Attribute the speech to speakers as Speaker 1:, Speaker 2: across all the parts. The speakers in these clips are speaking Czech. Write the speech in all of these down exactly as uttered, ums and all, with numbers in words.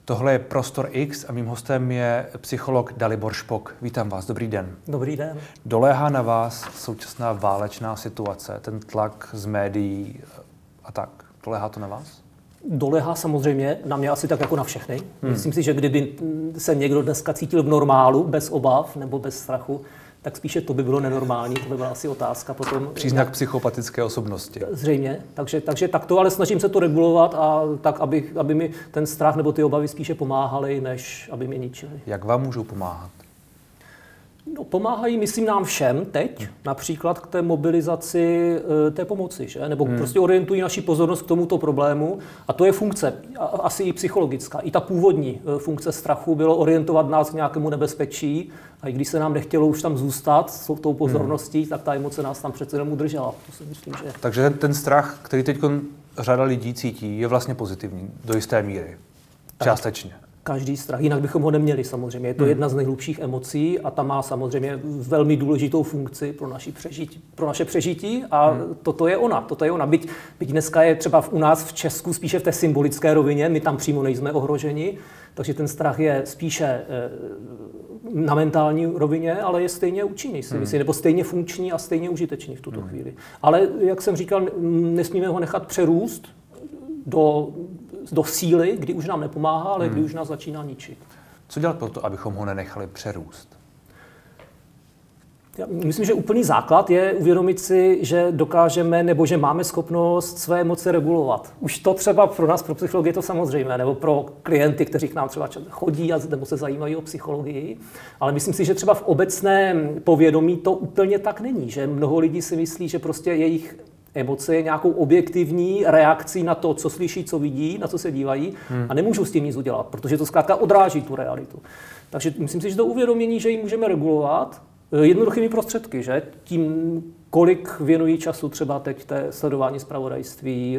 Speaker 1: Tohle je Prostor X a mým hostem je psycholog Dalibor Špok. Vítám vás, dobrý den.
Speaker 2: Dobrý den.
Speaker 1: Doléhá na vás současná válečná situace, ten tlak z médií a tak. Doléhá to na vás?
Speaker 2: Doléhá samozřejmě, na mě asi tak jako na všechny. Hmm. Myslím si, že kdyby se někdo dneska cítil v normálu, bez obav nebo bez strachu, tak spíše to by bylo nenormální, to by byla asi otázka potom.
Speaker 1: Příznak psychopatické osobnosti.
Speaker 2: Zřejmě, takže, takže tak to, ale snažím se to regulovat a tak, aby, aby mi ten strach nebo ty obavy spíše pomáhaly, než aby mě ničily.
Speaker 1: Jak vám můžou pomáhat?
Speaker 2: No, pomáhají, myslím, nám všem teď, hmm. například k té mobilizaci e, té pomoci, že? Nebo hmm. prostě orientují naši pozornost k tomuto problému a to je funkce, a, asi i psychologická. I ta původní e, funkce strachu bylo orientovat nás k nějakému nebezpečí a i když se nám nechtělo už tam zůstat s tou pozorností, hmm. tak ta emoce nás tam přece jenom udržela. To si myslím, že...
Speaker 1: Takže ten strach, který teď řada lidí cítí, je vlastně pozitivní do jisté míry. Částečně.
Speaker 2: Každý strach, jinak bychom ho neměli samozřejmě. Je to hmm. jedna z nejhlubších emocí a ta má samozřejmě velmi důležitou funkci pro, naši přežití, pro naše přežití a hmm. toto je ona. Toto je ona. Byť, byť dneska je třeba u nás v Česku spíše v té symbolické rovině, my tam přímo nejsme ohroženi, takže ten strach je spíše na mentální rovině, ale je stejně účinný, si myslím, hmm. nebo stejně funkční a stejně užitečný v tuto hmm. chvíli. Ale, jak jsem říkal, nesmíme ho nechat přerůst do, do síly, kdy už nám nepomáhá, ale hmm. kdy už nás začíná ničit.
Speaker 1: Co dělat pro to, abychom ho nenechali přerůst?
Speaker 2: Já myslím, že úplný základ je uvědomit si, že dokážeme nebo že máme schopnost své emoce regulovat. Už to třeba pro nás, pro psychology je to samozřejmé, nebo pro klienty, kteří k nám třeba chodí a nebo se zajímají o psychologii. Ale myslím si, že třeba v obecném povědomí to úplně tak není. Že mnoho lidí si myslí, že prostě jejich emoce je nějakou objektivní reakcí na to, co slyší, co vidí, na co se dívají hmm. a nemůžou s tím nic udělat, protože to zkrátka odráží tu realitu. Takže myslím si, že to uvědomění, že ji můžeme regulovat jednoduchými prostředky, že? Tím, kolik věnují času třeba teď té sledování zpravodajství,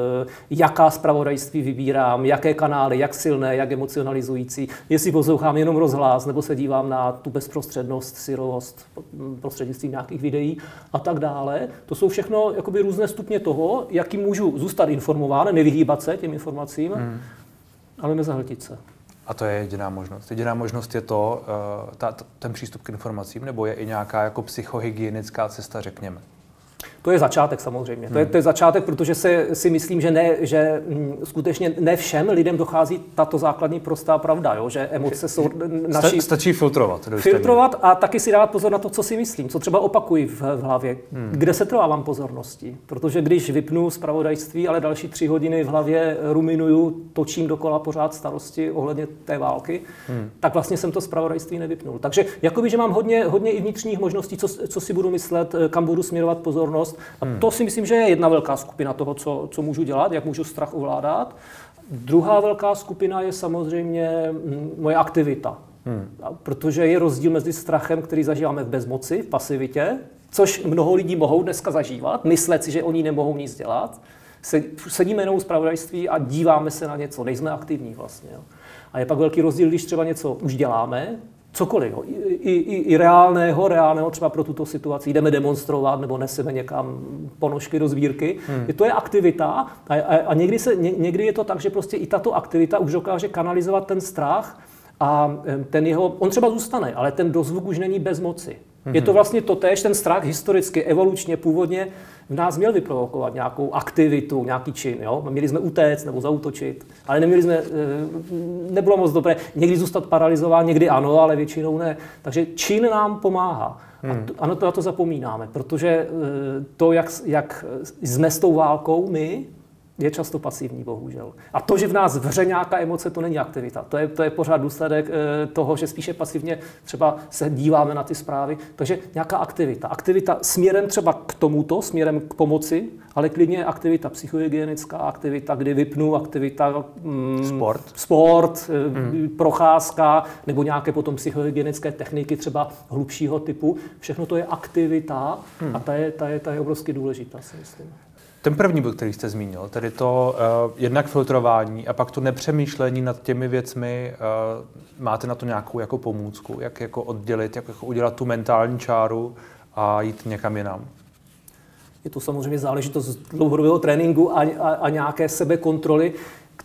Speaker 2: jaká zpravodajství vybírám, jaké kanály, jak silné, jak emocionalizující, jestli poslouchám jenom rozhlas, nebo se dívám na tu bezprostřednost, syrovost prostřednictvím nějakých videí a tak dále. To jsou všechno jakoby různé stupně toho, jaký můžu zůstat informován, nevyhýbat se těm informacím, hmm. ale nezahltit se.
Speaker 1: A to je jediná možnost. Jediná možnost je to, ta, ten přístup k informacím, nebo je i nějaká jako psychohygienická cesta, řekněme?
Speaker 2: To je začátek samozřejmě. Hmm. To, je, to je začátek, protože se, si myslím, že, ne, že m, skutečně ne všem lidem dochází tato základní prostá pravda, jo? Že emoce jsou naší...
Speaker 1: Stačí filtrovat.
Speaker 2: Filtrovat a taky si dávat pozor na to, co si myslím, co třeba opakuji v, v hlavě, hmm. kde se trvávám pozornosti. Protože když vypnu zpravodajství, ale další tři hodiny v hlavě ruminuju, točím dokola pořád starosti ohledně té války, hmm. tak vlastně jsem to zpravodajství nevypnul. Takže jakoby, že mám hodně, hodně i vnitřních možností, co, co si budu myslet, kam budu směrovat pozornost. A to si myslím, že je jedna velká skupina toho, co, co můžu dělat, jak můžu strach ovládat. Druhá velká skupina je samozřejmě moje aktivita. Hmm. Protože je rozdíl mezi strachem, který zažíváme v bezmoci, v pasivitě, což mnoho lidí mohou dneska zažívat, myslet si, že oni nemohou nic dělat. Sedíme jenom u zpravodajství a díváme se na něco, nejsme aktivní vlastně. Jo. A je pak velký rozdíl, když třeba něco už děláme, cokoliv, jo. I, i, i reálného, reálného třeba pro tuto situaci, jdeme demonstrovat nebo neseme někam ponožky do sbírky. Hmm. To je aktivita a, a, a někdy, se, ně, někdy je to tak, že prostě i tato aktivita už dokáže kanalizovat ten strach a ten jeho, on třeba zůstane, ale ten dozvuk už není bez moci. Hmm. Je to vlastně totéž, ten strach historicky, evolučně, původně v nás měl vyprovokovat nějakou aktivitu, nějaký čin. Jo? Měli jsme utéct nebo zaútočit, ale neměli jsme, nebylo moc dobré. Někdy zůstat paralyzován, někdy ano, ale většinou ne. Takže čin nám pomáhá. Hmm. A to, ano, to na to zapomínáme, protože to, jak, jak jsme s tou válkou my, je často pasivní, bohužel. A to, že v nás vře nějaká emoce, to není aktivita. To je, to je pořád důsledek e, toho, že spíše pasivně třeba se díváme na ty zprávy. Takže nějaká aktivita. Aktivita směrem třeba k tomuto, směrem k pomoci, ale klidně aktivita psychohygienická, aktivita, kdy vypnu, aktivita mm,
Speaker 1: sport,
Speaker 2: sport mm. procházka, nebo nějaké potom psychohygienické techniky třeba hlubšího typu. Všechno to je aktivita mm. a ta je, ta, je, ta je obrovsky důležitá, si myslím.
Speaker 1: Ten první bod, který jste zmínil, tedy to uh, jednak filtrování a pak to nepřemýšlení nad těmi věcmi, uh, máte na to nějakou jako pomůcku, jak jako oddělit, jak jako udělat tu mentální čáru a jít někam jinam?
Speaker 2: Je to samozřejmě záležitost dlouhodobého tréninku a, a, a nějaké sebekontroly,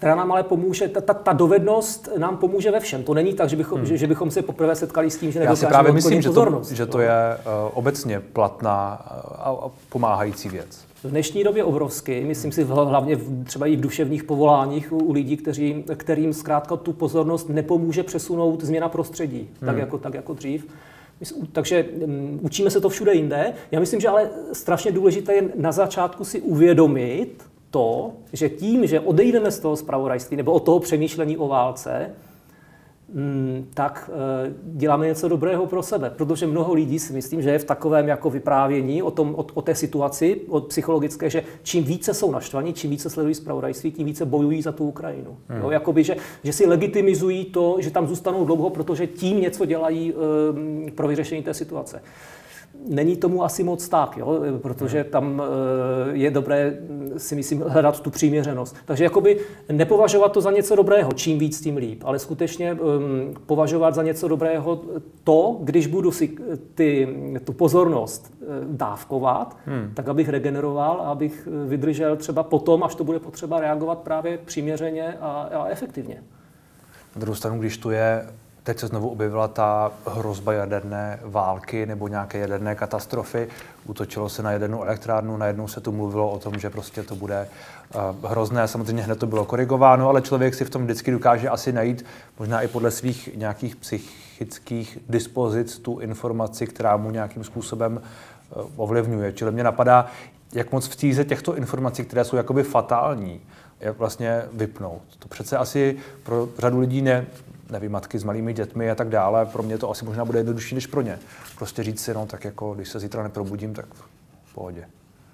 Speaker 2: která nám ale pomůže, ta, ta, ta dovednost nám pomůže ve všem. To není tak, že bychom, hmm. že, že bychom se poprvé setkali s tím, že nedokážeme odklonit pozornost.
Speaker 1: Že to, že to je uh, obecně platná a, a pomáhající věc.
Speaker 2: V dnešní době obrovsky, myslím si hlavně v, třeba i v duševních povoláních u, u lidí, kteří, kterým zkrátka tu pozornost nepomůže přesunout změna prostředí, hmm. tak, jako, tak jako dřív. Takže um, učíme se to všude jinde. Já myslím, že ale strašně důležité je na začátku si uvědomit to, že tím, že odejdeme z toho zpravodajství nebo od toho přemýšlení o válce, tak děláme něco dobrého pro sebe. Protože mnoho lidí si myslím, že je v takovém jako vyprávění o, tom, o, o té situaci, o psychologické, že čím více jsou naštvaní, čím více sledují zpravodajství, tím více bojují za tu Ukrajinu. Hmm. Jo, jakoby, že, že si legitimizují to, že tam zůstanou dlouho, protože tím něco dělají um, pro vyřešení té situace. Není tomu asi moc tak, jo? Protože tam je dobré, si myslím, hledat tu přiměřenost. Takže jakoby nepovažovat to za něco dobrého, čím víc, tím líp, ale skutečně um, považovat za něco dobrého to, když budu si ty, tu pozornost dávkovat, hmm. tak abych regeneroval a abych vydržel třeba potom, až to bude potřeba reagovat právě přiměřeně a, a efektivně.
Speaker 1: Na druhou stranu, když tu je teď se znovu objevila ta hrozba jaderné války nebo nějaké jaderné katastrofy. Útočilo se na jadernou elektrárnu, najednou se tu mluvilo o tom, že prostě to bude uh, hrozné. Samozřejmě hned to bylo korigováno, ale člověk si v tom vždycky dokáže asi najít, možná i podle svých nějakých psychických dispozic, tu informaci, která mu nějakým způsobem uh, ovlivňuje. Čili mě napadá, jak moc v tíze těchto informací, které jsou jakoby fatální, jak vlastně vypnout. To přece asi pro řadu lidí ne, nevím, matky s malými dětmi a tak dále, pro mě to asi možná bude jednodušší než pro ně. Prostě říct si, no tak jako, když se zítra neprobudím, tak v pohodě.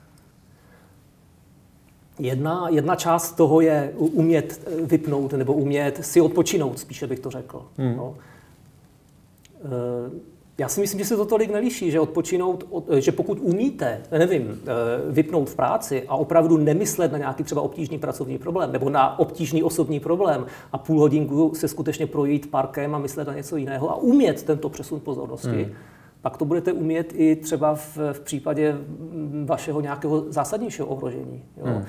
Speaker 2: Jedna, jedna část toho je umět vypnout nebo umět si odpočinout, spíše bych to řekl. Hmm. No. E- Já si myslím, že se to tolik neliší, že odpočinout, že pokud umíte, nevím, vypnout v práci a opravdu nemyslet na nějaký třeba obtížný pracovní problém nebo na obtížný osobní problém a půl hodinku se skutečně projít parkem a myslet na něco jiného a umět tento přesun pozornosti, hmm. pak to budete umět i třeba v, v případě vašeho nějakého zásadnějšího ohrožení. Jo. Hmm.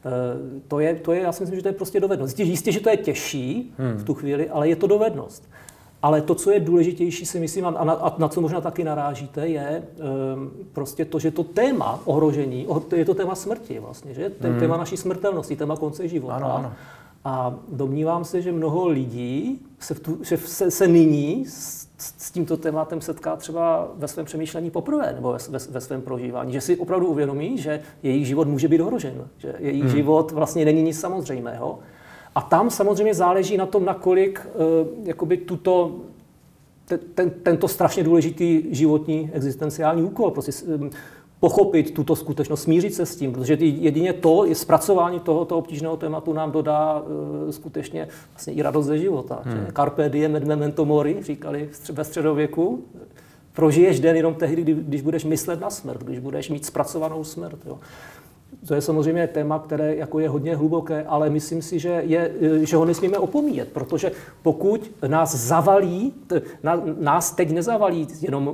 Speaker 2: To je, to je, já si myslím, že to je prostě dovednost. Jistě, že to je těžší hmm. v tu chvíli, ale je to dovednost. Ale to, co je důležitější, si myslím, a na, a na co možná taky narážíte, je um, prostě to, že to téma ohrožení, je to téma smrti vlastně, že? Ten mm. téma naší smrtelnosti, téma konce života.
Speaker 1: Ano, ano.
Speaker 2: A domnívám se, že mnoho lidí se, v tu, že se, se nyní s, s tímto tématem setká třeba ve svém přemýšlení poprvé nebo ve, ve, ve svém prožívání, že si opravdu uvědomí, že jejich život může být ohrožen, že jejich mm. život vlastně není nic samozřejmého. A tam samozřejmě záleží na tom, nakolik uh, jakoby tuto, te, ten, tento strašně důležitý životní existenciální úkol, prostě um, pochopit tuto skutečnost, smířit se s tím, protože jedině to, je zpracování tohoto obtížného tématu nám dodá uh, skutečně vlastně i radost ze života. Hmm. Carpe diem et memento mori, říkali ve středověku. Prožiješ den jenom tehdy, kdy, když budeš myslet na smrt, když budeš mít zpracovanou smrt. Jo. To je samozřejmě téma, které jako je hodně hluboké, ale myslím si, že, je, že ho nesmíme opomíjet, protože pokud nás zavalí, nás teď nezavalí jenom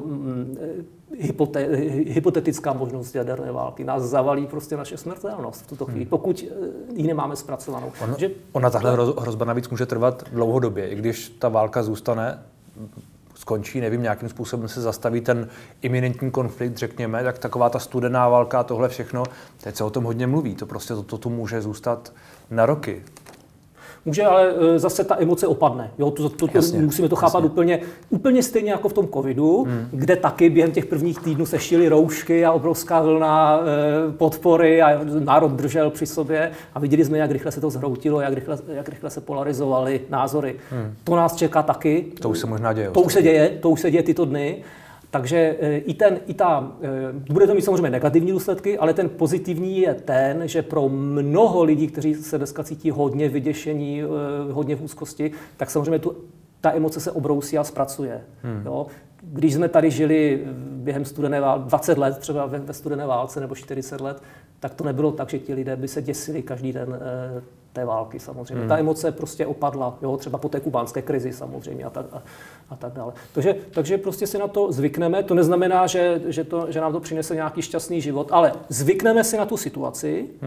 Speaker 2: hypote, hypotetická možnost jaderné války, nás zavalí prostě naše smrtelnost v tuto chvíli, hmm. pokud ji nemáme zpracovanou.
Speaker 1: On, že, ona tahle hrozba navíc může trvat dlouhodobě, i když ta válka zůstane, skončí, nevím, nějakým způsobem se zastaví ten iminentní konflikt, řekněme, tak taková ta studená válka a tohle všechno, teď se o tom hodně mluví, to prostě to, to tu může zůstat na roky.
Speaker 2: Může, ale zase ta emoce opadne. Jo, to, to, to, jasně, musíme to chápat úplně, úplně stejně jako v tom covidu, hmm. kde taky během těch prvních týdnů se šily roušky a obrovská vlna e, podpory a národ držel při sobě a viděli jsme, jak rychle se to zhroutilo, jak rychle, jak rychle se polarizovaly názory. Hmm. To nás čeká taky.
Speaker 1: To už se možná děje.
Speaker 2: To už se děje, to už se děje tyto dny. Takže i, ten, i ta, bude to mít samozřejmě negativní důsledky, ale ten pozitivní je ten, že pro mnoho lidí, kteří se dneska cítí hodně vyděšení, hodně v úzkosti, tak samozřejmě tu, ta emoce se obrousí a zpracuje. Hmm. Jo? Když jsme tady žili během studené války, dvacet let třeba ve, ve studené válce nebo čtyřicet let, tak to nebylo tak, že ti lidé by se děsili každý den e, té války samozřejmě. Hmm. Ta emoce prostě opadla, jo? Třeba po té kubánské krizi samozřejmě a tak, a, a tak dále. Takže, takže prostě si na to zvykneme. To neznamená, že, že, to, že nám to přinese nějaký šťastný život, ale zvykneme si na tu situaci hmm.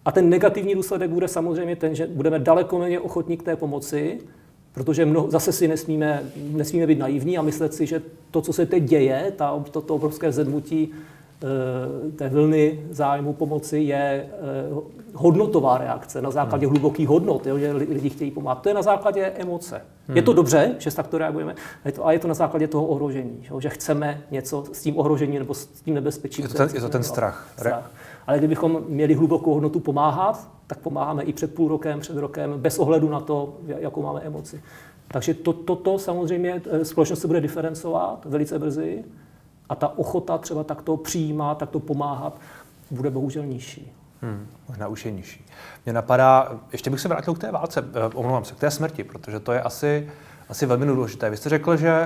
Speaker 2: A ten negativní důsledek bude samozřejmě ten, že budeme daleko méně ochotní k té pomoci, protože mnoho, zase si nesmíme, nesmíme být naivní a myslet si, že to, co se teď děje, ta, to, to obrovské zedmutí e, té vlny zájmu pomoci je e, hodnotová reakce na základě hmm. hlubokých hodnot, jo, že lidi chtějí pomáhat. To je na základě emoce. Hmm. Je to dobře, že takto reagujeme, je to, a je to na základě toho ohrožení, jo, že chceme něco s tím ohrožením nebo s tím nebezpečím.
Speaker 1: Je to ten, je to ten strach.
Speaker 2: strach. Ale kdybychom měli hlubokou hodnotu pomáhat, tak pomáháme i před půl rokem, před rokem, bez ohledu na to, jakou máme emoci. Takže toto to, to samozřejmě společnost se bude diferencovat velice brzy a ta ochota třeba takto přijímat, takto pomáhat bude bohužel nižší.
Speaker 1: Hmm, možná už je nižší. Mně napadá, ještě bych se vrátil k té válce, omlouvám se, k té smrti, protože to je asi, asi velmi důležité. Vy jste řekl, že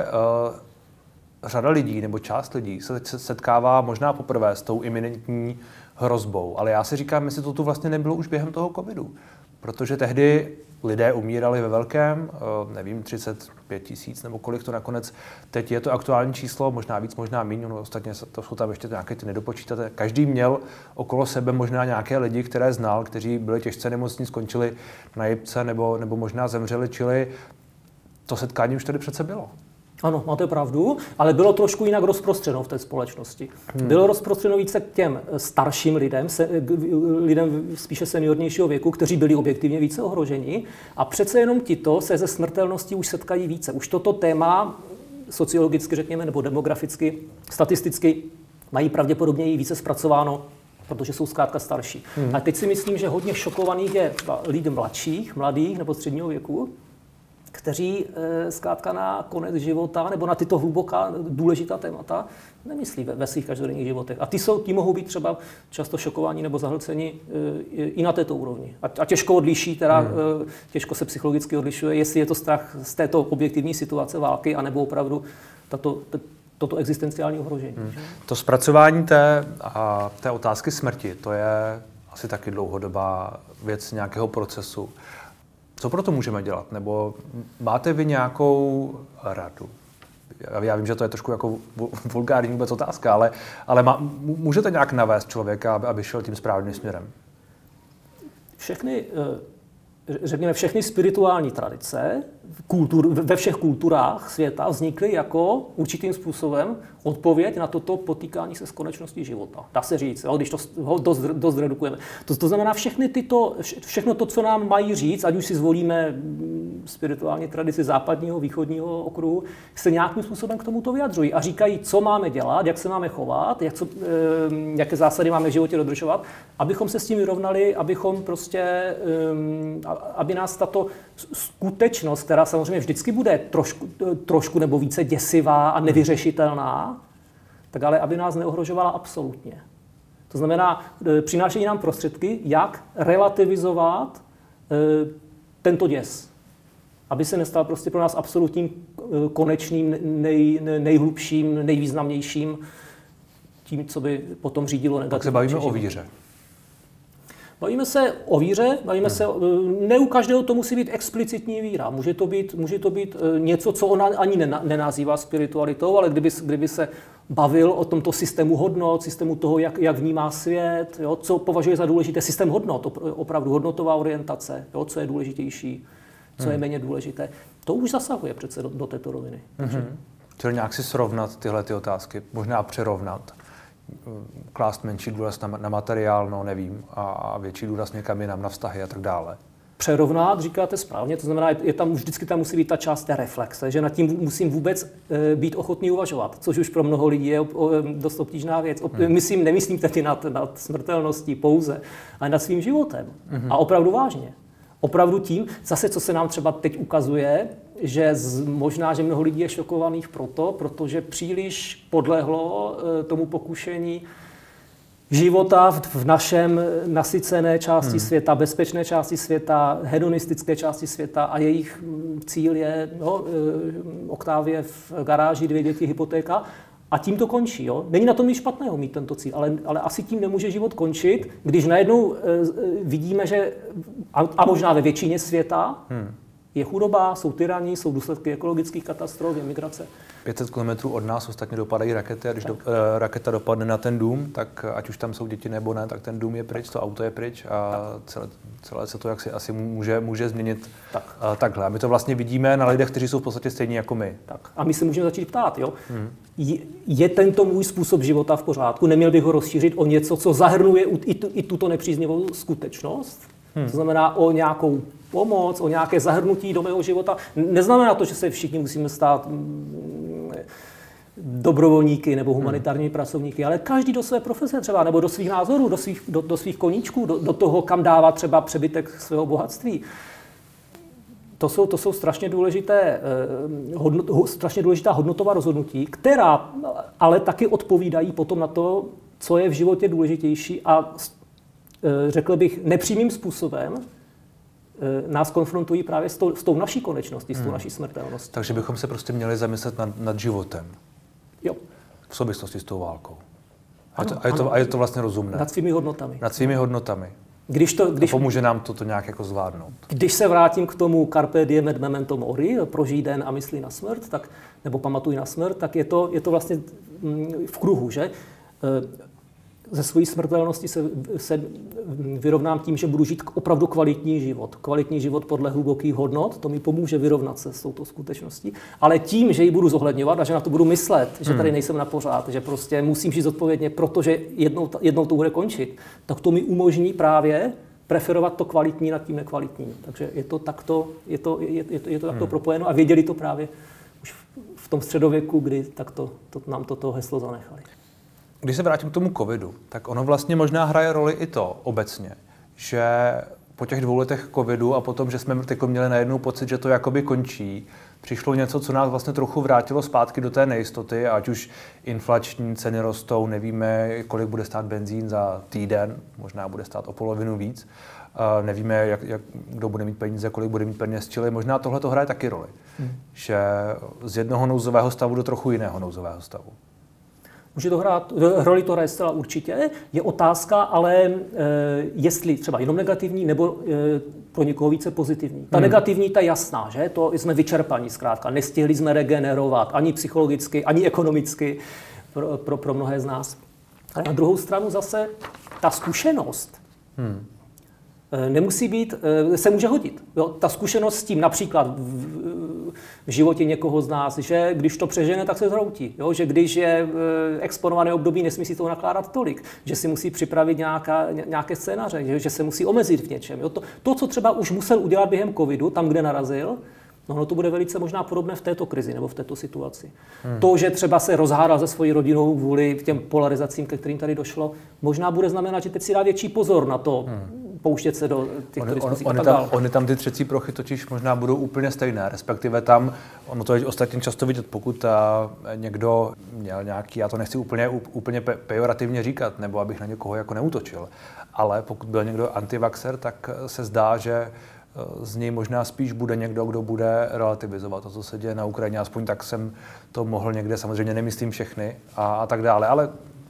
Speaker 1: uh, řada lidí nebo část lidí se teď setkává možná poprvé s tou iminentní hrozbou, ale já si říkám, jestli to tu vlastně nebylo už během toho covidu, protože tehdy lidé umírali ve velkém, nevím, třicet pět tisíc nebo kolik to nakonec, teď je to aktuální číslo, možná víc, možná míň, no ostatně to jsou tam ještě nějaké ty nedopočítaté. Každý měl okolo sebe možná nějaké lidi, které znal, kteří byli těžce nemocní, skončili na jipce nebo, nebo možná zemřeli, čili to setkání už tady přece bylo.
Speaker 2: Ano, máte pravdu, ale bylo trošku jinak rozprostřeno v té společnosti. Hmm. Bylo rozprostřeno více k těm starším lidem, se, lidem spíše seniornějšího věku, kteří byli objektivně více ohroženi. A přece jenom tito se ze smrtelností už setkají více. Už toto téma sociologicky, řekněme, nebo demograficky, statisticky mají pravděpodobně i více zpracováno, protože jsou zkrátka starší. Hmm. A teď si myslím, že hodně šokovaných je lidí mladších, mladých nebo středního věku, kteří e, zkrátka na konec života nebo na tyto hluboká důležitá témata nemyslí ve, ve svých každodenních životech. A ty, jsou, ty mohou být třeba často šokováni nebo zahlceni e, i na této úrovni. A, a těžko odliší, teda hmm. e, těžko se psychologicky odlišuje, jestli je to strach z této objektivní situace války, anebo opravdu tato, t, toto existenciální ohrožení. Hmm.
Speaker 1: To zpracování té, a, té otázky smrti, to je asi taky dlouhodobá věc nějakého procesu. Co pro to můžeme dělat? Nebo máte vy nějakou radu? Já vím, že to je trošku jako vulgární vůbec otázka, ale, ale má, můžete nějak navést člověka, aby šel tím správným směrem?
Speaker 2: Všechny, řekněme, všechny spirituální tradice kultur, ve všech kulturách světa vznikly jako určitým způsobem odpověď na toto potýkání se s konečností života. Dá se říct, jo, když to ho dost, dost redukujeme. To, to znamená, všechny tyto, všechno to, co nám mají říct, ať už si zvolíme spirituální tradici západního, východního okruhu, se nějakým způsobem k tomuto vyjadřují a říkají, co máme dělat, jak se máme chovat, jak co, jaké zásady máme v životě dodržovat, abychom se s tím vyrovnali, abychom prostě, aby nás tato skutečnost, která samozřejmě vždycky bude trošku, trošku nebo více děsivá a nevyřešitelná, tak ale aby nás neohrožovala absolutně. To znamená, přinášení nám prostředky, jak relativizovat e, tento děs. Aby se nestal prostě pro nás absolutním, konečným, nej, nejhlubším, nejvýznamnějším tím, co by potom řídilo negativně.
Speaker 1: Tak se bavíme o víře.
Speaker 2: Bavíme se o víře, bavíme hmm. se, ne u každého to musí být explicitní víra. Může to být, může to být něco, co ona ani nenazývá spiritualitou, ale kdyby, kdyby se bavil o tomto systému hodnot, systému toho, jak, jak vnímá svět, jo, co považuje za důležité, systém hodnot, opravdu hodnotová orientace, jo, co je důležitější, co hmm. je méně důležité. To už zasahuje přece do, do této roviny.
Speaker 1: Hmm. Čili nějak si srovnat tyhle ty otázky, možná přerovnat. Klást menší důraz na, na materiál, no nevím, a větší důraz někam jinam, na vztahy a tak dále.
Speaker 2: Přerovnat, říkáte správně, to znamená, je tam, vždycky tam musí být ta část té reflexe, že nad tím musím vůbec e, být ochotný uvažovat, což už pro mnoho lidí je o, o, dost obtížná věc. O, hmm. myslím, nemyslím tedy nad, nad smrtelností pouze, ale nad svým životem. Hmm. A opravdu vážně. Opravdu tím, zase co se nám třeba teď ukazuje, že z, možná, že mnoho lidí je šokovaných proto, protože příliš podlehlo e, tomu pokušení života v, v našem nasycené části hmm. světa, bezpečné části světa, hedonistické části světa a jejich cíl je no, e, Oktávie v garáži, dvě děti, hypotéka. A tím to končí. Jo? Není na tom nic špatného mít tento cíl, ale, ale asi tím nemůže život končit, když najednou e, vidíme, že a, a možná ve většině světa hmm. Je chudoba, jsou tyrani, jsou důsledky ekologických katastrof, je migrace.
Speaker 1: pět set kilometrů od nás ostatně dopadají rakety a když do, uh, raketa dopadne na ten dům, tak ať už tam jsou děti nebo ne, tak ten dům je pryč, to auto je pryč a celé, celé se to jaksi asi může, může změnit tak. uh, takhle. A my to vlastně vidíme na lidech, kteří jsou v podstatě stejní jako my.
Speaker 2: Tak. A my se můžeme začít ptát, jo? Hmm. Je, je tento můj způsob života v pořádku? Neměl bych ho rozšířit o něco, co zahrnuje i, tu, i tuto nepříznivou skutečnost? Hmm. To znamená o nějakou pomoc, o nějaké zahrnutí do mého života. Neznamená to, že se všichni musíme stát dobrovolníky nebo humanitárními hmm. pracovníky, ale každý do své profese třeba, nebo do svých názorů, do svých, do, do svých koníčků, do, do toho, kam dává třeba přebytek svého bohatství. To jsou, to jsou strašně, důležité, hodnot, strašně důležitá hodnotová rozhodnutí, která ale taky odpovídají potom na to, co je v životě důležitější a řekl bych nepřímým způsobem nás konfrontují právě s tou, s tou naší konečností, s tou hmm. naší smrtelností.
Speaker 1: Takže bychom se prostě měli zamyslet nad, nad životem.
Speaker 2: Jo.
Speaker 1: V souvislosti s tou válkou. A,
Speaker 2: ano,
Speaker 1: to, a, je, to, a je to vlastně rozumné.
Speaker 2: Nad svými hodnotami.
Speaker 1: Nad svými hodnotami.
Speaker 2: Když to, když,
Speaker 1: a pomůže nám to nějak jako zvládnout.
Speaker 2: Když se vrátím k tomu carpe diem et memento mori, prožij den a myslí na smrt, tak, nebo pamatuj na smrt, tak je to, je to vlastně v kruhu, že? Ze své smrtelnosti se, se vyrovnám tím, že budu žít opravdu kvalitní život. Kvalitní život podle hlubokých hodnot, to mi pomůže vyrovnat se s touto skutečností. Ale tím, že ji budu zohledňovat a že na to budu myslet, že tady nejsem na pořád, že prostě musím žít zodpovědně, protože jednou, jednou to bude končit, tak to mi umožní právě preferovat to kvalitní nad tím nekvalitním. Takže je to takto, je to, je, je to, je to takto hmm. propojeno a věděli to právě už v tom středověku, kdy takto, to, nám toto heslo zanechali.
Speaker 1: Když se vrátím k tomu covidu, tak ono vlastně možná hraje roli i to obecně, že po těch dvou letech covidu a potom, že jsme teď měli najednou pocit, že to jakoby končí, přišlo něco, co nás vlastně trochu vrátilo zpátky do té nejistoty, ať už inflační ceny rostou, nevíme, kolik bude stát benzín za týden, možná bude stát o polovinu víc, uh, nevíme, jak, jak, kdo bude mít peníze, kolik bude mít peněz, čili možná tohle to hraje taky roli, hmm. že z jednoho nouzového stavu do trochu jiného nouzového stavu.
Speaker 2: Může to hrát, roli to hraje zcela určitě. Je otázka, ale e, jestli třeba jenom negativní, nebo e, pro někoho více pozitivní. Ta hmm. negativní, ta jasná, že? To jsme vyčerpaní zkrátka. Nestihli jsme regenerovat ani psychologicky, ani ekonomicky pro, pro, pro mnohé z nás. Ale na druhou stranu zase ta zkušenost hmm. nemusí být, se může hodit. Jo? Ta zkušenost s tím například v, v životě někoho z nás, že když to přežene, tak se zhroutí. Jo? Že když je exponované období, nesmí si toho nakládat tolik. Že si musí připravit nějaká, nějaké scénáře, že, že se musí omezit v něčem. Jo? To, to, co třeba už musel udělat během covidu, tam, kde narazil, no, no to bude velice možná podobné v této krizi nebo v této situaci. Hmm. To, že třeba se rozhádal se svojí rodinou kvůli těm polarizacím, ke kterým tady došlo, možná bude znamenat, že teď si dá větší pozor na to, hmm. pouštět se do těchto diskusí.
Speaker 1: Ony tam, ony tam ty třecí prochy totiž možná budou úplně stejné, respektive tam, ono to je ostatně často vidět, pokud a, někdo měl nějaký, já to nechci úplně, úplně pe, pejorativně říkat, nebo abych na někoho jako neútočil, ale pokud byl někdo antivaxer, tak se zdá, že z něj možná spíš bude někdo, kdo bude relativizovat to, co se děje na Ukrajině. Aspoň tak jsem to mohl někde, samozřejmě nemyslím všechny a, a tak dále, ale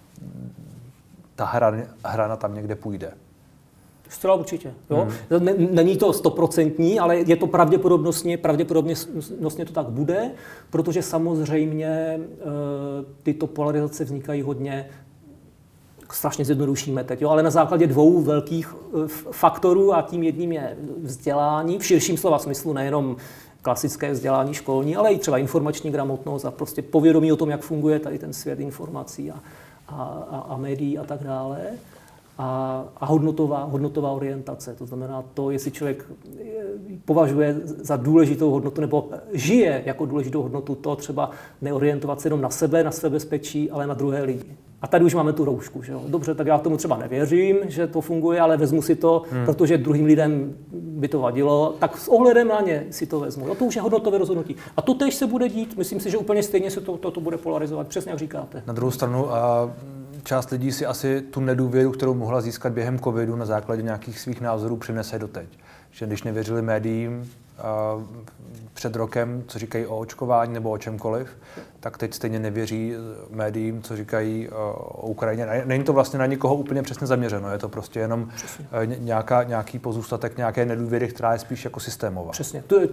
Speaker 1: ta hra, hrana tam někde půjde.
Speaker 2: Zcela určitě. Jo? Hmm. Není to stoprocentní, ale je to pravděpodobnostně, pravděpodobně to tak bude, protože samozřejmě tyto polarizace vznikají hodně, strašně zjednodušíme teď, jo? Ale na základě dvou velkých faktorů a tím jedním je vzdělání, v širším slova smyslu, nejenom klasické vzdělání školní, ale i třeba informační gramotnost a prostě povědomí o tom, jak funguje tady ten svět informací a, a, a, a médií a tak dále. A, a hodnotová, hodnotová orientace. To znamená to, jestli člověk považuje za důležitou hodnotu nebo žije jako důležitou hodnotu to třeba neorientovat se jenom na sebe, na své bezpečí, ale na druhé lidi. A tady už máme tu roušku. Že jo? Dobře, tak já tomu třeba nevěřím, že to funguje, ale vezmu si to, hmm. protože druhým lidem by to vadilo, tak s ohledem na ně si to vezmu. Jo? To už je hodnotové rozhodnutí. A to též se bude dít, myslím si, že úplně stejně se to, to, to bude polarizovat, přesně jak říkáte.
Speaker 1: Na druhou stranu a část lidí si asi tu nedůvěru, kterou mohla získat během covidu na základě nějakých svých názorů, přinese doteď. Že když nevěřili médiím a před rokem, co říkají o očkování nebo o čemkoliv, tak teď stejně nevěří médiím, co říkají o Ukrajině. Není to vlastně na nikoho úplně přesně zaměřeno, je to prostě jenom nějaká, nějaký pozůstatek nějaké nedůvěry, která je spíš jako systémová.
Speaker 2: Přesně. Tu, tu,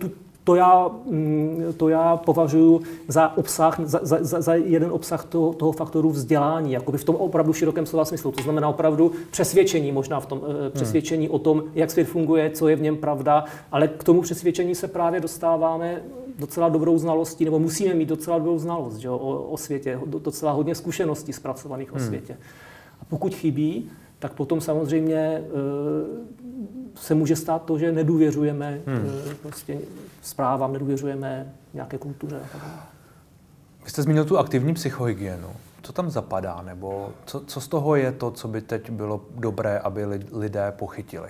Speaker 2: To já, to já považuji za obsah, za, za, za jeden obsah toho, toho faktoru vzdělání, jakoby v tom opravdu širokém slova smyslu. To znamená opravdu přesvědčení, možná v tom přesvědčení hmm. o tom, jak svět funguje, co je v něm pravda, ale k tomu přesvědčení se právě dostáváme docela dobrou znalostí, nebo musíme mít docela dobrou znalost, že, o, o světě, docela hodně zkušeností zpracovaných o hmm. světě. A pokud chybí, tak potom samozřejmě se může stát to, že nedůvěřujeme hmm. prostě zprávám, nedůvěřujeme nějaké kultuře.
Speaker 1: Vy jste zmínil tu aktivní psychohygienu. Co tam zapadá, nebo co, co z toho je to, co by teď bylo dobré, aby lidé pochytili?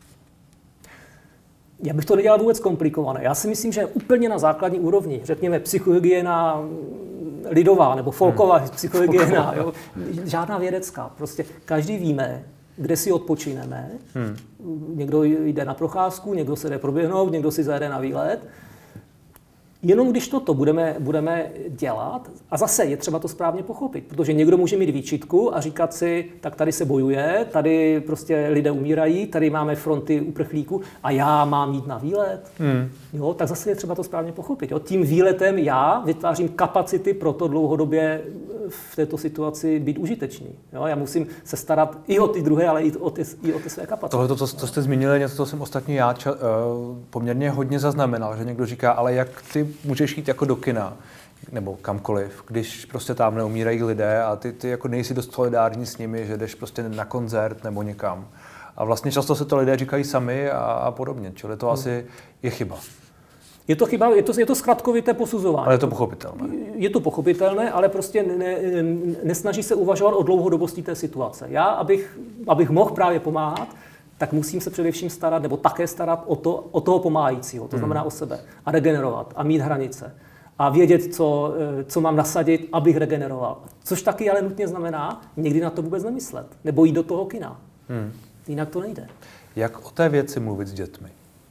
Speaker 2: Já bych to nedělal vůbec komplikované. Já si myslím, že úplně na základní úrovni, řekněme psychohygiena lidová nebo folková hmm. psychohygiena, jo, žádná vědecká. Prostě každý víme, kde si odpočineme. Hmm. Někdo jde na procházku, někdo se jde proběhnout, někdo si zajede na výlet. Jenom když toto budeme, budeme dělat, a zase je třeba to správně pochopit, protože někdo může mít výčitku a říkat si, tak tady se bojuje, tady prostě lidé umírají, tady máme fronty uprchlíků a já mám jít na výlet. Hmm. Jo, tak zase je třeba to správně pochopit. Jo. Tím výletem já vytvářím kapacity pro to dlouhodobě v této situaci být užitečný. Jo. Já musím se starat i o ty druhé, ale i o ty, i o ty své kapacity.
Speaker 1: Tohle, to, co jste zmínili, něco, co jsem ostatně já ča, uh, poměrně hodně zaznamenal, že někdo říká, ale jak ty můžeš jít jako do kina, nebo kamkoliv, když prostě tam neumírají lidé a ty, ty jako nejsi dost solidární s nimi, že jdeš prostě na koncert nebo někam. A vlastně často se to lidé říkají sami a, a podobně, čili to hmm. asi je chyba.
Speaker 2: Je to chyba, je to, je to zkratkovité posuzování.
Speaker 1: Ale je to pochopitelné.
Speaker 2: Je to pochopitelné, ale prostě ne, nesnaží se uvažovat o dlouhodobosti té situace. Já, abych, abych mohl právě pomáhat, tak musím se především starat, nebo také starat o, to, o toho pomáhajícího, to znamená o sebe. A regenerovat, a mít hranice. A vědět, co, co mám nasadit, abych regeneroval. Což taky ale nutně znamená někdy na to vůbec nemyslet. Nebo jít do toho kina. Hmm. Jinak to nejde.
Speaker 1: Jak o té věci mluvit s dětmi?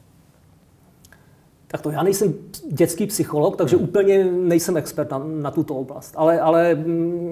Speaker 2: Tak to já nejsem dětský psycholog, takže hmm. úplně nejsem expert na, na tuto oblast. Ale, ale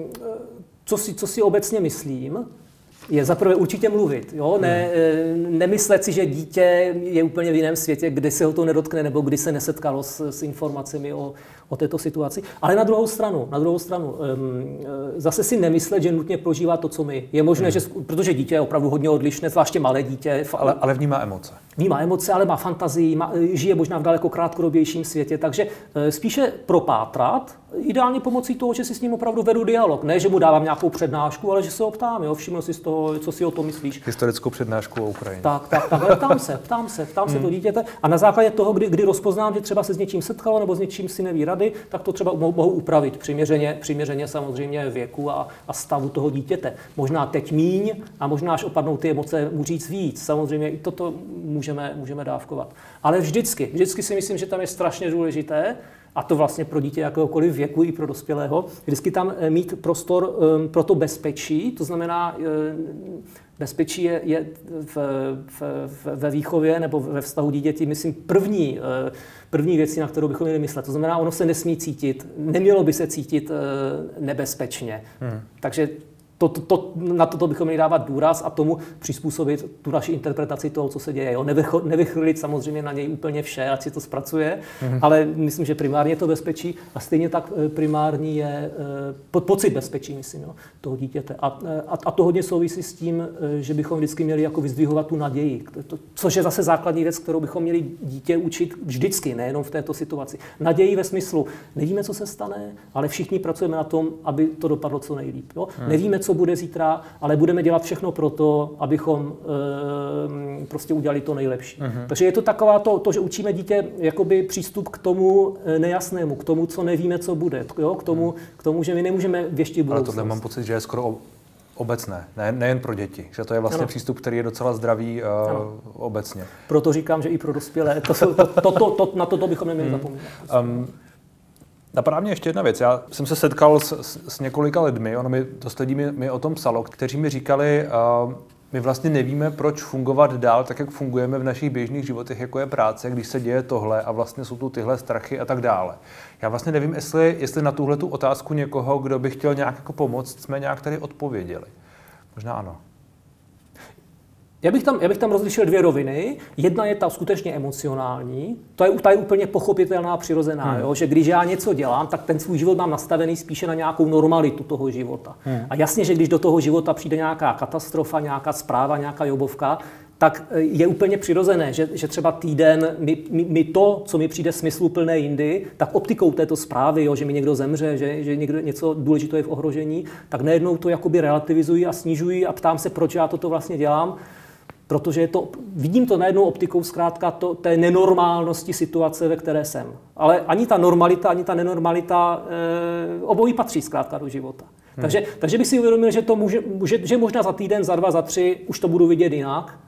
Speaker 2: co, si, co si obecně myslím, je zaprvé určitě mluvit. Jo? Ne, hmm. Nemyslet si, že dítě je úplně v jiném světě, kdy se ho to nedotkne nebo kdy se nesetkalo s, s informacemi o, o této situaci. Ale na druhou stranu, na druhou stranu zase si nemyslet, že nutně prožívá to, co my. Je možné, hmm. že, protože dítě je opravdu hodně odlišné, zvláště malé dítě.
Speaker 1: Ale, ale vnímá emoce.
Speaker 2: Vnímá emoce, ale má fantazii, má, žije možná v daleko krátkodobějším světě. Takže spíše propátrat, ideálně pomocí toho, že si s ním opravdu vedu dialog. Ne, že mu dávám nějakou přednášku, ale že se ho ptám, jo, všiml si z toho, co si o tom myslíš.
Speaker 1: Historickou přednášku o Ukrajině.
Speaker 2: Tak, tak, tak, ale ptám se, ptám se, ptám hmm. se to dítěte a na základě toho, kdy, kdy rozpoznám, že třeba se s něčím setkalo nebo s něčím si neví rady, tak to třeba mohu, mohu upravit přiměřeně, přiměřeně samozřejmě věku a, a stavu toho dítěte. Možná teď míň a možná až opadnou ty emoce, mu říct víc. Samozřejmě i toto můžeme, můžeme dávkovat. Ale vždycky, vždycky si myslím, že tam je strašně důležité, a to vlastně pro dítě jakéhokoliv věku i pro dospělého, vždycky tam mít prostor um, pro to bezpečí, to znamená, um, bezpečí je, je v, v, v, ve výchově nebo ve vztahu dítěti, myslím, první, uh, první věcí, na kterou bychom měli myslet. To znamená, ono se nesmí cítit, nemělo by se cítit uh, nebezpečně. Hmm. Takže To, to, to, na toto bychom měli dávat důraz a tomu přizpůsobit tu naši interpretaci toho, co se děje. Jo? Nevycho, nevychrlit samozřejmě na něj úplně vše, ať si to zpracuje, mm-hmm. ale myslím, že primárně je to bezpečí a stejně tak primární je po, pocit bezpečí, myslím, jo, toho dítěte. A, a, a to hodně souvisí s tím, že bychom vždycky měli jako vyzdvihovat tu naději, to, což je zase základní věc, kterou bychom měli dítě učit vždycky, nejenom v této situaci. Naději ve smyslu, nevíme, co se stane, ale všichni pracujeme na tom, aby to dopadlo co nejlíp. Jo? Mm. Nevíme, co bude zítra, ale budeme dělat všechno pro to, abychom e, prostě udělali to nejlepší. Uh-huh. Takže je to taková to, to, že učíme dítě jakoby přístup k tomu nejasnému, k tomu, co nevíme, co bude, jo? K tomu, k tomu, že my nemůžeme věštit budoucnost.
Speaker 1: Ale tohle mám pocit, že je skoro obecné, ne, nejen pro děti, že to je vlastně ano. přístup, který je docela zdravý uh, obecně.
Speaker 2: Proto říkám, že i pro dospělé. To, to, to, to, to, na toto bychom neměli hmm. zapomínat. Um,
Speaker 1: Napadá mě ještě jedna věc. Já jsem se setkal s, s, s několika lidmi, ono mi dost lidí mi, mi o tom psalo, kteří mi říkali, uh, my vlastně nevíme, proč fungovat dál, tak jak fungujeme v našich běžných životech, jako je práce, když se děje tohle a vlastně jsou tu tyhle strachy a tak dále. Já vlastně nevím, jestli, jestli na tuhle tu otázku někoho, kdo by chtěl nějak jako pomoct, jsme nějak tady odpověděli. Možná ano.
Speaker 2: Já bych, tam, já bych tam rozlišil dvě roviny. Jedna je ta skutečně emocionální, to je, ta je úplně pochopitelná, přirozená, hmm. jo? Že když já něco dělám, tak ten svůj život mám nastavený spíše na nějakou normalitu toho života. Hmm. A jasně, že když do toho života přijde nějaká katastrofa, nějaká zpráva, nějaká jobovka, tak je úplně přirozené, že, že třeba týden mi, mi, mi to, co mi přijde smysluplné jindy, tak optikou této zprávy, jo, že mi někdo zemře, že, že někdo, něco důležitého je v ohrožení, tak najednou to jakoby relativizuji a snižuji a ptám se, proč já toto vlastně dělám. Protože je to, vidím to najednou optikou zkrátka to, té nenormálnosti situace, ve které jsem. Ale ani ta normalita, ani ta nenormalita, e, obojí patří zkrátka do života. Hmm. Takže, takže bych si uvědomil, že, to může, že, že možná za týden, za dva, za tři už to budu vidět jinak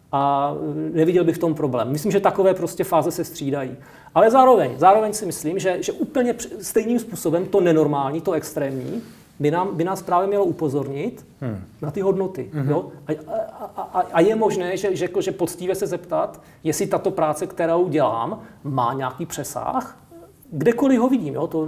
Speaker 2: a neviděl bych v tom problém. Myslím, že takové prostě fáze se střídají. Ale zároveň, zároveň si myslím, že, že úplně stejným způsobem to nenormální, to extrémní, by, nám, by nás právě mělo upozornit hmm. na ty hodnoty. Hmm. Jo? A, a, a, a je možné, že, že, že poctivě se zeptat, jestli tato práce, kterou dělám, má nějaký přesah, kdekoliv ho vidím. Jo? To,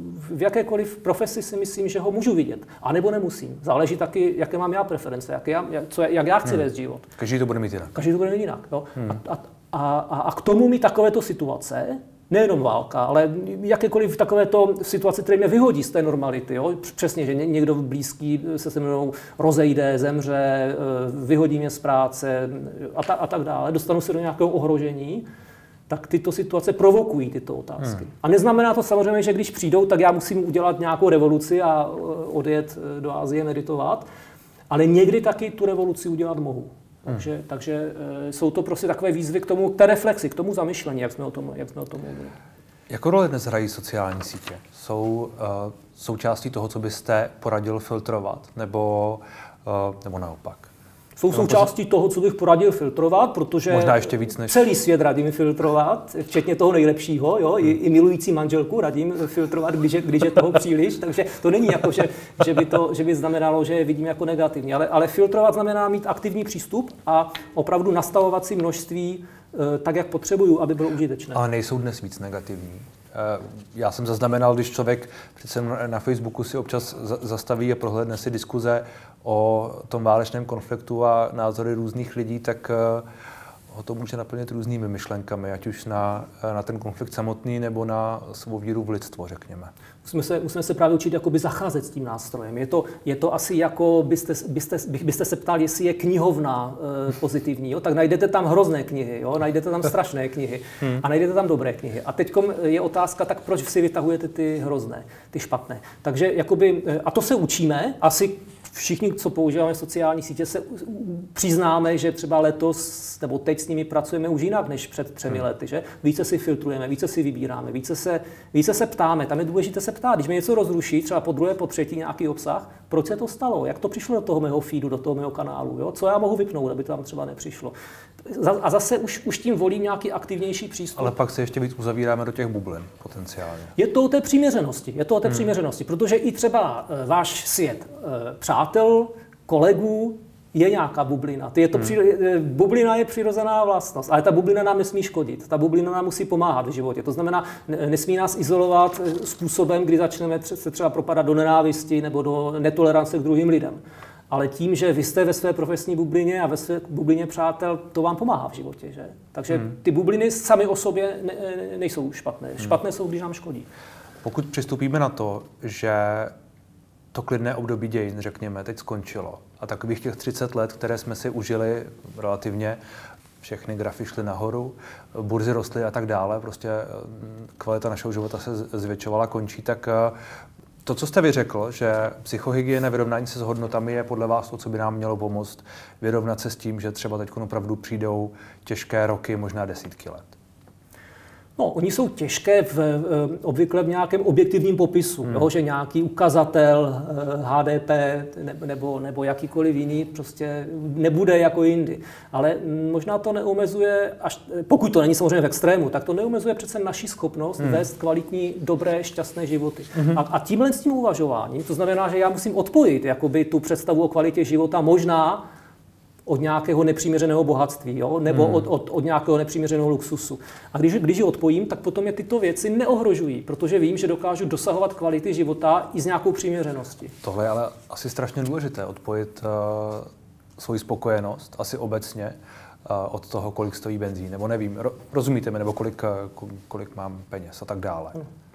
Speaker 2: v jakékoliv profesi si myslím, že ho můžu vidět. A nebo nemusím. Záleží taky, jaké mám já preference, jak já, co, jak já chci hmm. vést život.
Speaker 1: Každý to bude mít jinak.
Speaker 2: Každý to bude mít jinak. Jo? Hmm. A, a, a, a k tomu mi takovéto situace, nejenom válka, ale jakékoliv takovéto situace, které mě vyhodí z té normality. Jo? Přesně, že někdo blízký se se mnou rozejde, zemře, vyhodí mě z práce a, ta, a tak dále, dostanu se do nějakého ohrožení, tak tyto situace provokují tyto otázky. Hmm. A neznamená to samozřejmě, že když přijdou, tak já musím udělat nějakou revoluci a odjet do Asie meditovat, ale někdy taky tu revoluci udělat mohu. Takže, hmm. takže e, jsou to prostě takové výzvy k tomu, k té reflexi, k tomu zamyšlení, jak jsme o tom, jak jsme o tom mluvili.
Speaker 1: Jakou roli dnes hrají sociální sítě? Jsou uh, součástí toho, co byste poradil filtrovat, nebo, uh, nebo naopak?
Speaker 2: Jsou součástí toho, co bych poradil filtrovat, protože
Speaker 1: možná ještě víc než...
Speaker 2: celý svět radím filtrovat, včetně toho nejlepšího, jo? Hmm. I, i milující manželku radím filtrovat, když je, když je toho příliš, takže to není jako, že, že, by to, že by znamenalo, že je vidím jako negativní, ale, ale filtrovat znamená mít aktivní přístup a opravdu nastavovat si množství tak, jak potřebuju, aby bylo užitečné.
Speaker 1: Ale nejsou dnes víc negativní. Já jsem zaznamenal, když člověk přece na Facebooku si občas zastaví a prohlédne si diskuze o tom válečném konfliktu a názory různých lidí, tak ho to může naplnit různými myšlenkami, ať už na, na ten konflikt samotný, nebo na svou víru v lidstvo, řekněme.
Speaker 2: Musíme se, musíme se právě učit jakoby zacházet s tím nástrojem. Je to, je to asi jako, byste, byste, byste se ptali, jestli je knihovna e, pozitivní, jo? Tak najdete tam hrozné knihy, jo? Najdete tam strašné knihy hmm. a najdete tam dobré knihy. A teď je otázka, tak proč si vytahujete ty hrozné, ty špatné. Takže jakoby, a to se učíme, asi všichni, co používáme sociální sítě, se přiznáme, že třeba letos nebo teď s nimi pracujeme už jinak než před třemi lety, že? Více si filtrujeme, více si vybíráme, více se, více se ptáme. Tam je důležité se ptát, když mě něco rozruší, třeba po druhé, po třetí nějaký obsah, proč se to stalo, jak to přišlo do toho mého feedu, do toho mého kanálu, jo? Co já mohu vypnout, aby to tam třeba nepřišlo. A zase už, už tím volím nějaký aktivnější přístup.
Speaker 1: Ale pak se ještě víc uzavíráme do těch bublin potenciálně.
Speaker 2: Je to o té přiměřenosti, je to o té hmm. přiměřenosti, protože i třeba váš svět přátel, kolegů, je nějaká bublina. Je to hmm. při, bublina je přirozená vlastnost, ale ta bublina nám nesmí škodit. Ta bublina nám musí pomáhat v životě. To znamená, nesmí nás izolovat způsobem, kdy začneme se třeba propadat do nenávisti nebo do netolerance k druhým lidem. Ale tím, že vy jste ve své profesní bublině a ve své bublině přátel, to vám pomáhá v životě. Že? Takže hmm. ty bubliny sami o sobě ne, nejsou špatné. Hmm. Špatné jsou, když nám škodí.
Speaker 1: Pokud přistoupíme na to, že to klidné období dějin, řekněme, teď skončilo. A takových těch třicet let, které jsme si užili relativně, všechny grafy šly nahoru, burzy rostly a tak dále, prostě kvalita našeho života se zvětšovala, končí, tak to, co jste vyřekl, že psychohygiena, vyrovnání se s hodnotami je podle vás to, co by nám mělo pomoct vyrovnat se s tím, že třeba teď opravdu přijdou těžké roky, možná desítky let.
Speaker 2: No, oni jsou těžké v, obvykle v nějakém objektivním popisu, hmm. jo, že nějaký ukazatel H D P nebo, nebo jakýkoliv jiný prostě nebude jako jindy. Ale možná to neomezuje, až, pokud to není samozřejmě v extrému, tak to neomezuje přece naši schopnost hmm. vést kvalitní, dobré, šťastné životy. Hmm. A, a tímhle s tím uvažováním, to znamená, že já musím odpojit jakoby tu představu o kvalitě života možná od nějakého nepřiměřeného bohatství, jo? Nebo hmm. od, od, od nějakého nepřiměřeného luxusu. A když, když ji odpojím, tak potom je tyto věci neohrožují, protože vím, že dokážu dosahovat kvality života i s nějakou přiměřeností.
Speaker 1: Tohle je ale asi strašně důležité, odpojit uh, svoji spokojenost, asi obecně, od toho, kolik stojí benzín, nebo nevím, rozumíte mi, nebo kolik, kolik mám peněz a tak dále.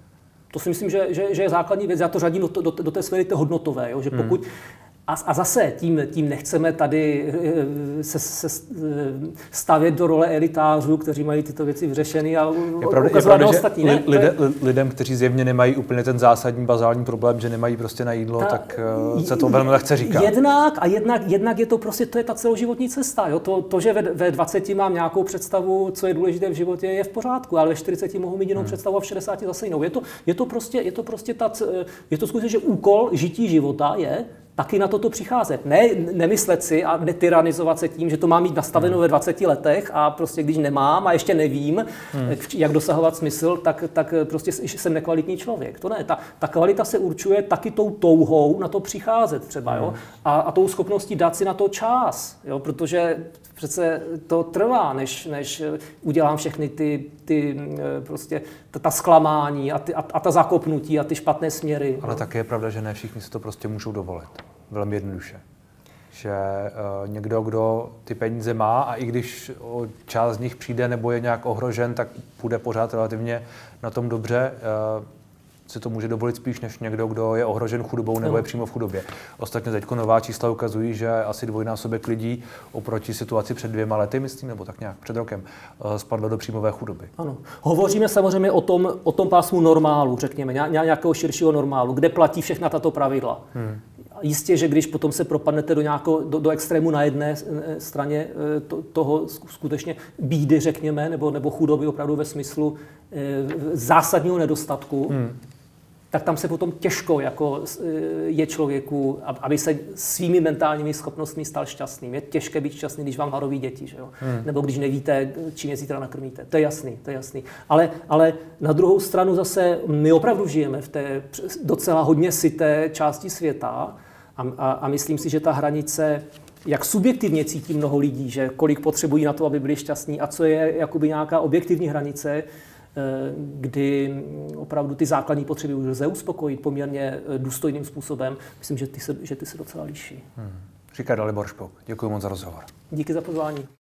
Speaker 2: To si myslím, že, že, že je základní věc, já to řadím do, do, do té sféry hodnotové, jo? Že pokud hmm. A, a zase tím, tím nechceme tady se, se stavět do role elitářů, kteří mají tyto věci vyřešeny a
Speaker 1: pravda,
Speaker 2: ukazovat na ostatní.
Speaker 1: Li, lidé, lidem, kteří zjevně nemají úplně ten zásadní bazální problém, že nemají prostě na jídlo, ta, tak se to velmi lehce říká.
Speaker 2: Jednak a jednak, jednak je to prostě, to je ta celoživotní cesta. Jo? To, to, že ve, ve dvaceti mám nějakou představu, co je důležité v životě, je v pořádku, ale ve čtyřiceti mohu mít jinou hmm. představu a v šedesáti zase jinou. Je to, je to prostě, je to prostě ta, je to skutečně, že úkol žití života je taky na toto přicházet. Ne, nemyslet si a netyranizovat se tím, že to mám mít nastaveno hmm. ve dvaceti letech a prostě když nemám a ještě nevím, hmm. jak dosahovat smysl, tak, tak prostě jsem nekvalitní člověk. To ne. Ta, ta kvalita se určuje taky tou touhou na to přicházet třeba. Hmm. Jo? A, a tou schopností dát si na to čas. Jo? Protože přece to trvá, než, než udělám všechny ty, ty prostě ta, ta zklamání a, ty, a, a ta zakopnutí a ty špatné směry.
Speaker 1: Ale no. také je pravda, že ne všichni si to prostě můžou dovolit. Velmi jednoduše. Že uh, někdo, kdo ty peníze má a i když o část z nich přijde nebo je nějak ohrožen, tak půjde pořád relativně na tom dobře, uh, si to může dovolit spíš než někdo, kdo je ohrožen chudobou nebo je přímo v chudobě. Ostatně teďko nová čísla ukazují, že asi dvojnásobek lidí oproti situaci před dvěma lety, myslím, nebo tak nějak před rokem, uh, spadlo do příjmové chudoby.
Speaker 2: Ano. Hovoříme samozřejmě o tom, o tom pásmu normálu, řekněme, nějakého širšího normálu, kde platí všechna tato pravidla. Hmm. Jistě, že když potom se propadnete do, nějakého, do, do extrému na jedné straně to, toho skutečně bídy, řekněme, nebo, nebo chudoby opravdu ve smyslu e, zásadního nedostatku, hmm. tak tam se potom těžko jako je člověku, aby se svými mentálními schopnostmi stal šťastným. Je těžké být šťastný, když vám haroví děti, že jo? Hmm. Nebo když nevíte, čím je zítra nakrmíte. To je jasný, to je jasný. Ale, ale na druhou stranu zase my opravdu žijeme v té docela hodně syté části světa a, a, a myslím si, že ta hranice, jak subjektivně cítí mnoho lidí, že kolik potřebují na to, aby byli šťastní a co je jakoby nějaká objektivní hranice, kdy opravdu ty základní potřeby už lze uspokojit poměrně důstojným způsobem. Myslím, že ty se, že ty se docela liší. Hmm.
Speaker 1: Říká Dalibor Špok. Děkuji moc za rozhovor.
Speaker 2: Díky za pozvání.